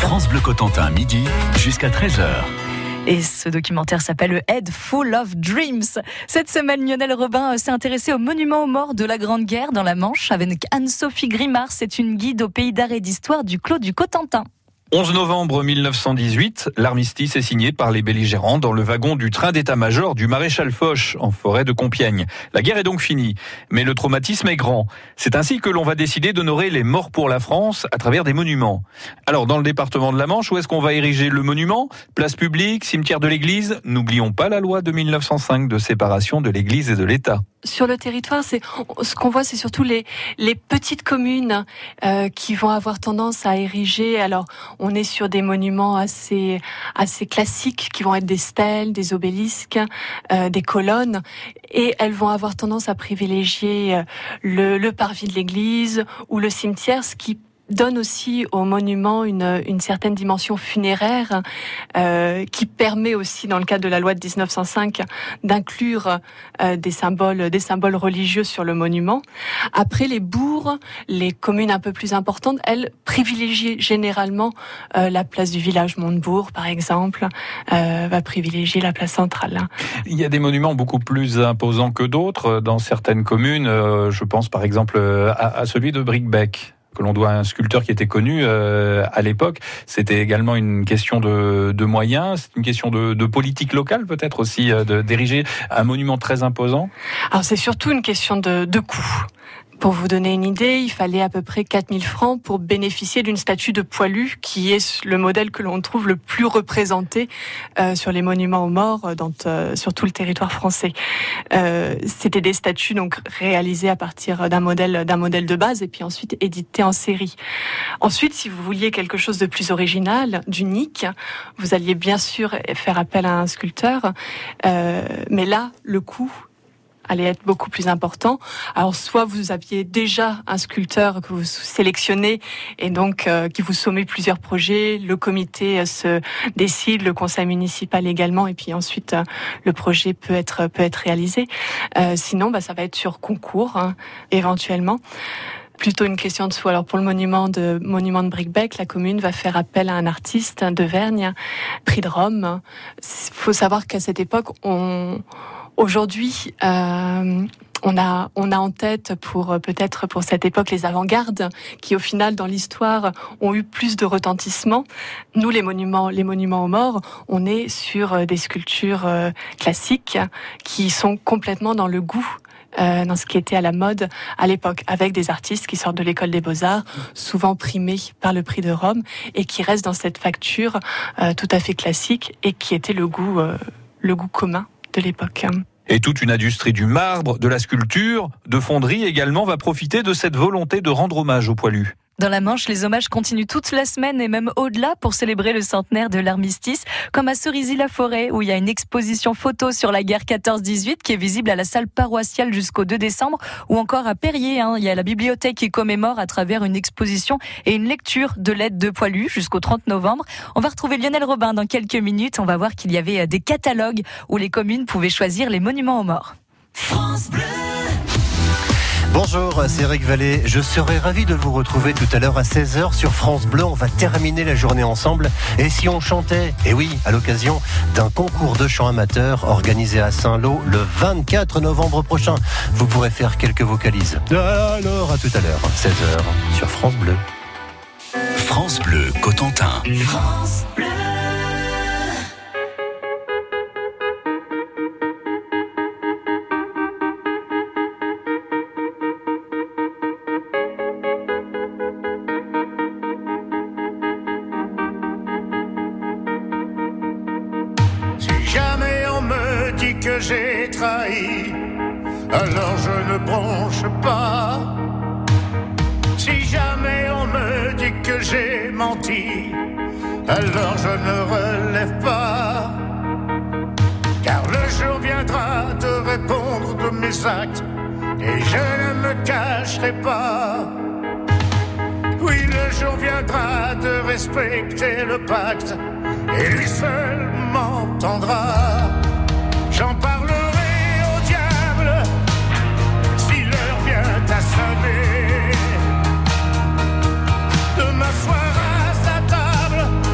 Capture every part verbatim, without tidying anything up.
France Bleu Cotentin, midi jusqu'à treize heures. Et ce documentaire s'appelle Head Full of Dreams. Cette semaine, Lionel Robin s'est intéressé au monument aux morts de la Grande Guerre dans la Manche avec Anne-Sophie Grimard. C'est une guide au pays d'art et d'histoire du Clos du Cotentin. onze novembre mille neuf cent dix-huit, l'armistice est signé par les belligérants dans le wagon du train d'état-major du maréchal Foch en forêt de Compiègne. La guerre est donc finie, mais le traumatisme est grand. C'est ainsi que l'on va décider d'honorer les morts pour la France à travers des monuments. Alors, dans le département de la Manche, où est-ce qu'on va ériger le monument ? Place publique, cimetière de l'église ? N'oublions pas la loi de mille neuf cent cinq de séparation de l'église et de l'État. Sur le territoire, c'est ce qu'on voit, c'est surtout les les petites communes euh, qui vont avoir tendance à ériger. Alors, on est sur des monuments assez assez classiques qui vont être des stèles, des obélisques, euh, des colonnes, et elles vont avoir tendance à privilégier le, le parvis de l'église ou le cimetière, ce qui donne aussi au monument une, une certaine dimension funéraire euh, qui permet aussi, dans le cadre de la loi de dix-neuf cent cinq, d'inclure euh, des symboles, des symboles religieux sur le monument. Après, les bourgs, les communes un peu plus importantes, elles privilégient généralement euh, la place du village Montebourg, par exemple, euh, va privilégier la place centrale. Il y a des monuments beaucoup plus imposants que d'autres dans certaines communes. Euh, je pense par exemple à, à celui de Bricbec, que l'on doit à un sculpteur qui était connu euh, à l'époque. C'était également une question de, de moyens, c'est une question de, de politique locale peut-être aussi, euh, de, d'ériger un monument très imposant. Alors c'est surtout une question de, de coût. Pour vous donner une idée, il fallait à peu près quatre mille francs pour bénéficier d'une statue de poilu, qui est le modèle que l'on trouve le plus représenté euh, sur les monuments aux morts dans, euh, sur tout le territoire français. Euh, c'était des statues donc réalisées à partir d'un modèle, d'un modèle de base et puis ensuite éditées en série. Ensuite, si vous vouliez quelque chose de plus original, d'unique, vous alliez bien sûr faire appel à un sculpteur. Euh, mais là, le coût allait être beaucoup plus important. Alors, soit vous aviez déjà un sculpteur que vous sélectionnez et donc euh, qui vous sommet plusieurs projets, le comité euh, se décide, le conseil municipal également, et puis ensuite euh, le projet peut être peut être réalisé. Euh, sinon, bah, ça va être sur concours, hein, éventuellement. Plutôt une question de sous. Alors pour le monument de monument de Bricbec, la commune va faire appel à un artiste d'Auvergne, prix de Rome. Il faut savoir qu'à cette époque, on Aujourd'hui, euh, on a on a en tête pour peut-être pour cette époque les avant-gardes qui au final dans l'histoire ont eu plus de retentissement. Nous les monuments les monuments aux morts, on est sur des sculptures euh, classiques qui sont complètement dans le goût Euh, dans ce qui était à la mode à l'époque, avec des artistes qui sortent de l'école des beaux-arts, souvent primés par le prix de Rome, et qui restent dans cette facture euh, tout à fait classique et qui était le goût, euh, le goût commun de l'époque. Et toute une industrie du marbre, de la sculpture, de fonderie également va profiter de cette volonté de rendre hommage aux poilus. Dans la Manche, les hommages continuent toute la semaine et même au-delà pour célébrer le centenaire de l'armistice, comme à Cerisy-la-Forêt, où il y a une exposition photo sur la guerre quatorze dix-huit qui est visible à la salle paroissiale jusqu'au deux décembre, ou encore à Périer, hein, il y a la bibliothèque qui commémore à travers une exposition et une lecture de l'aide de poilus jusqu'au trente novembre. On va retrouver Lionel Robin dans quelques minutes. On va voir qu'il y avait des catalogues où les communes pouvaient choisir les monuments aux morts. France Bleu. Bonjour, c'est Eric Vallée. Je serai ravi de vous retrouver tout à l'heure à seize heures sur France Bleu. On va terminer la journée ensemble. Et si on chantait ? Et oui, à l'occasion d'un concours de chant amateur organisé à Saint-Lô le vingt-quatre novembre prochain. Vous pourrez faire quelques vocalises. Alors, à tout à l'heure, seize heures sur France Bleu. France Bleu Cotentin. France Bleu. Que j'ai trahi, alors je ne bronche pas. Si jamais on me dit que j'ai menti, alors je ne relève pas. Car le jour viendra de répondre de mes actes, et je ne me cacherai pas. Oui, le jour viendra de respecter le pacte, et lui seul m'entendra. J'en parlerai au diable si l'heure vient à sonner, de m'asseoir à sa table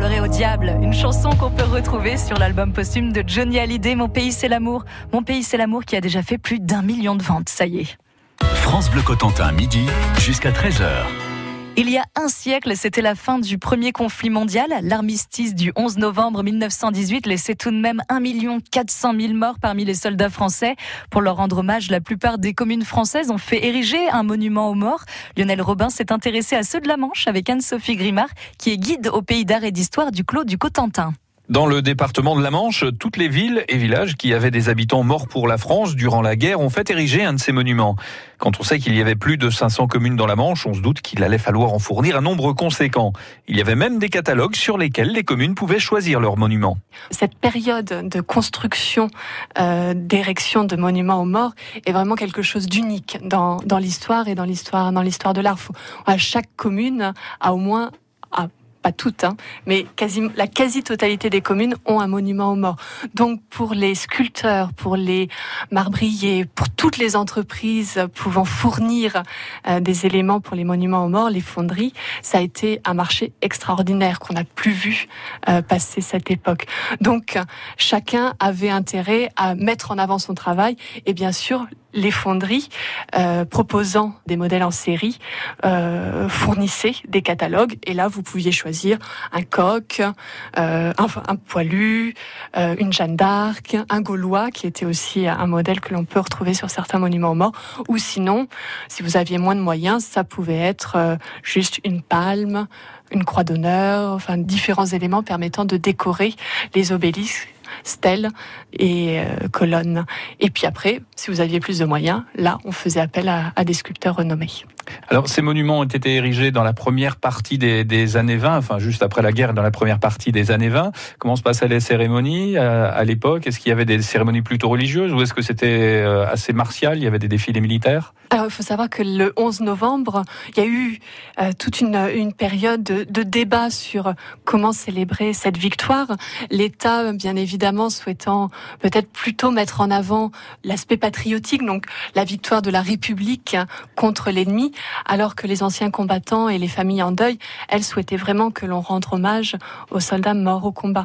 parlerai au diable, une chanson qu'on peut retrouver sur l'album posthume de Johnny Hallyday, Mon pays c'est l'amour. Mon pays c'est l'amour qui a déjà fait plus d'un million de ventes, ça y est. France Bleu Cotentin, midi jusqu'à treize heures. Il y a un siècle, c'était la fin du premier conflit mondial. L'armistice du onze novembre mille neuf cent dix-huit laissait tout de même un million quatre cent mille morts parmi les soldats français. Pour leur rendre hommage, la plupart des communes françaises ont fait ériger un monument aux morts. Lionel Robin s'est intéressé à ceux de la Manche avec Anne-Sophie Grimard, qui est guide au pays d'art et d'histoire du Clos du Cotentin. Dans le département de la Manche, toutes les villes et villages qui avaient des habitants morts pour la France durant la guerre ont fait ériger un de ces monuments. Quand on sait qu'il y avait plus de cinq cents communes dans la Manche, on se doute qu'il allait falloir en fournir un nombre conséquent. Il y avait même des catalogues sur lesquels les communes pouvaient choisir leur monument. Cette période de construction, euh, d'érection de monuments aux morts est vraiment quelque chose d'unique dans, dans l'histoire et dans l'histoire, dans l'histoire de l'art. Chaque commune a au moins... A pas toutes, hein, mais quasi, la quasi-totalité des communes ont un monument aux morts. Donc pour les sculpteurs, pour les marbriers, pour toutes les entreprises pouvant fournir euh, des éléments pour les monuments aux morts, les fonderies, ça a été un marché extraordinaire qu'on n'a plus vu euh, passer cette époque. Donc chacun avait intérêt à mettre en avant son travail et bien sûr les fonderies euh, proposant des modèles en série euh, fournissaient des catalogues et là vous pouviez choisir un coq, euh, un, un poilu, euh, une Jeanne d'Arc, un Gaulois qui était aussi un modèle que l'on peut retrouver sur certains monuments aux morts, ou sinon si vous aviez moins de moyens ça pouvait être euh, juste une palme, une croix d'honneur, enfin différents éléments permettant de décorer les obélisques, stèles et euh, colonnes. Et puis après, si vous aviez plus de moyens, là, on faisait appel à, à des sculpteurs renommés. Alors, ces monuments ont été érigés dans la première partie des, des années vingt, enfin juste après la guerre, dans la première partie des années vingt. Comment se passaient les cérémonies à, à l'époque? Est-ce qu'il y avait des cérémonies plutôt religieuses ou est-ce que c'était assez martial? Il y avait des défilés militaires? Alors, il faut savoir que le onze novembre, il y a eu euh, toute une, une période de, de débat sur comment célébrer cette victoire. L'État, bien évidemment, souhaitant peut-être plutôt mettre en avant l'aspect patriotique, donc la victoire de la République contre l'ennemi, alors que les anciens combattants et les familles en deuil, elles souhaitaient vraiment que l'on rende hommage aux soldats morts au combat.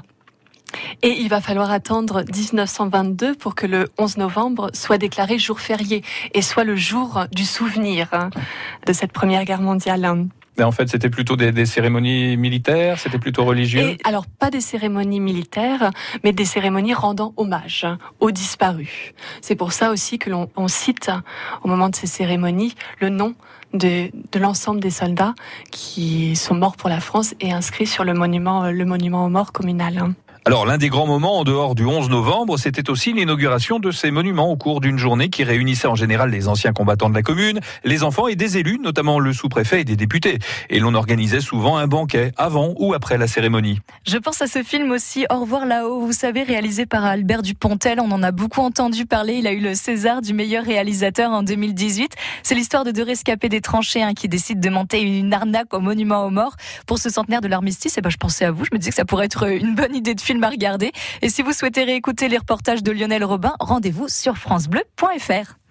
Et il va falloir attendre dix-neuf cent vingt-deux pour que le onze novembre soit déclaré jour férié et soit le jour du souvenir de cette Première Guerre mondiale. Mais en fait, c'était plutôt des, des cérémonies militaires, c'était plutôt religieux. Et alors, pas des cérémonies militaires, mais des cérémonies rendant hommage aux disparus. C'est pour ça aussi que l'on on cite, au moment de ces cérémonies, le nom de, de l'ensemble des soldats qui sont morts pour la France et inscrits sur le monument, le monument aux morts communal. Alors, l'un des grands moments en dehors du onze novembre, c'était aussi l'inauguration de ces monuments au cours d'une journée qui réunissait en général les anciens combattants de la commune, les enfants et des élus, notamment le sous-préfet et des députés. Et l'on organisait souvent un banquet avant ou après la cérémonie. Je pense à ce film aussi, Au revoir là-haut, vous savez, réalisé par Albert Dupontel. On en a beaucoup entendu parler. Il a eu le César du meilleur réalisateur en deux mille dix-huit. C'est l'histoire de deux rescapés des tranchées hein, qui décident de monter une arnaque au monument aux morts. Pour ce centenaire de l'armistice, eh ben, je pensais à vous. Je me disais que ça pourrait être une bonne idée de film à regarder. Et si vous souhaitez réécouter les reportages de Lionel Robin, rendez-vous sur francebleu point fr.